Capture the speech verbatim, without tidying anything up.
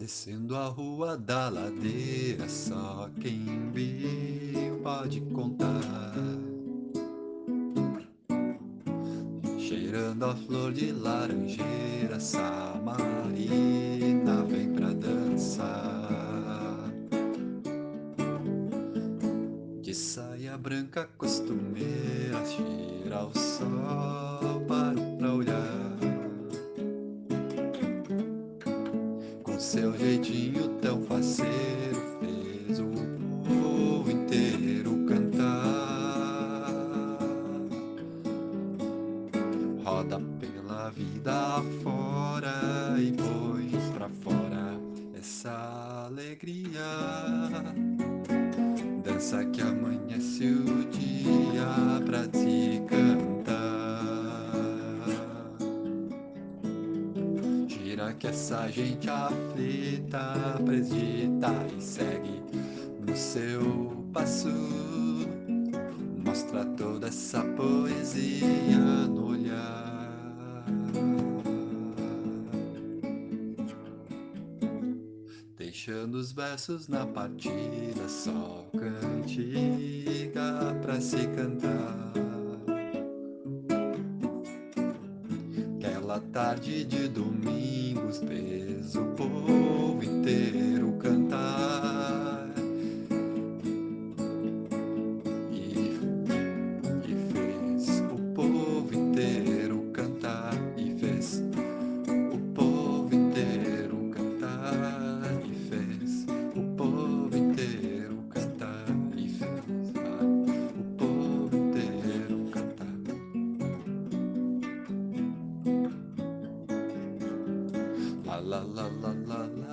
Descendo a rua da ladeira, só quem viu pode contar. Cheirando a flor de laranjeira, Samarina vem pra dançar. De saia branca costumeira, cheira o sol, paro pra olhar. Com seu jeitinho tão faceiro, fez o povo inteiro cantar. Roda pela vida fora e põe pra fora essa alegria. Dança que amanhece o dia pra te cantar. Gira que essa gente aflita acredita e segue no seu passo. Mostra toda essa poesia no olhar. Deixando os versos na partida, só cantiga pra se cantar. Aquela tarde de domingos fez o povo inteiro cantar. E, e fez o povo inteiro cantar. E fez o povo inteiro cantar. E fez o povo inteiro cantar. E fez ah, o povo inteiro cantar. La la la la la la.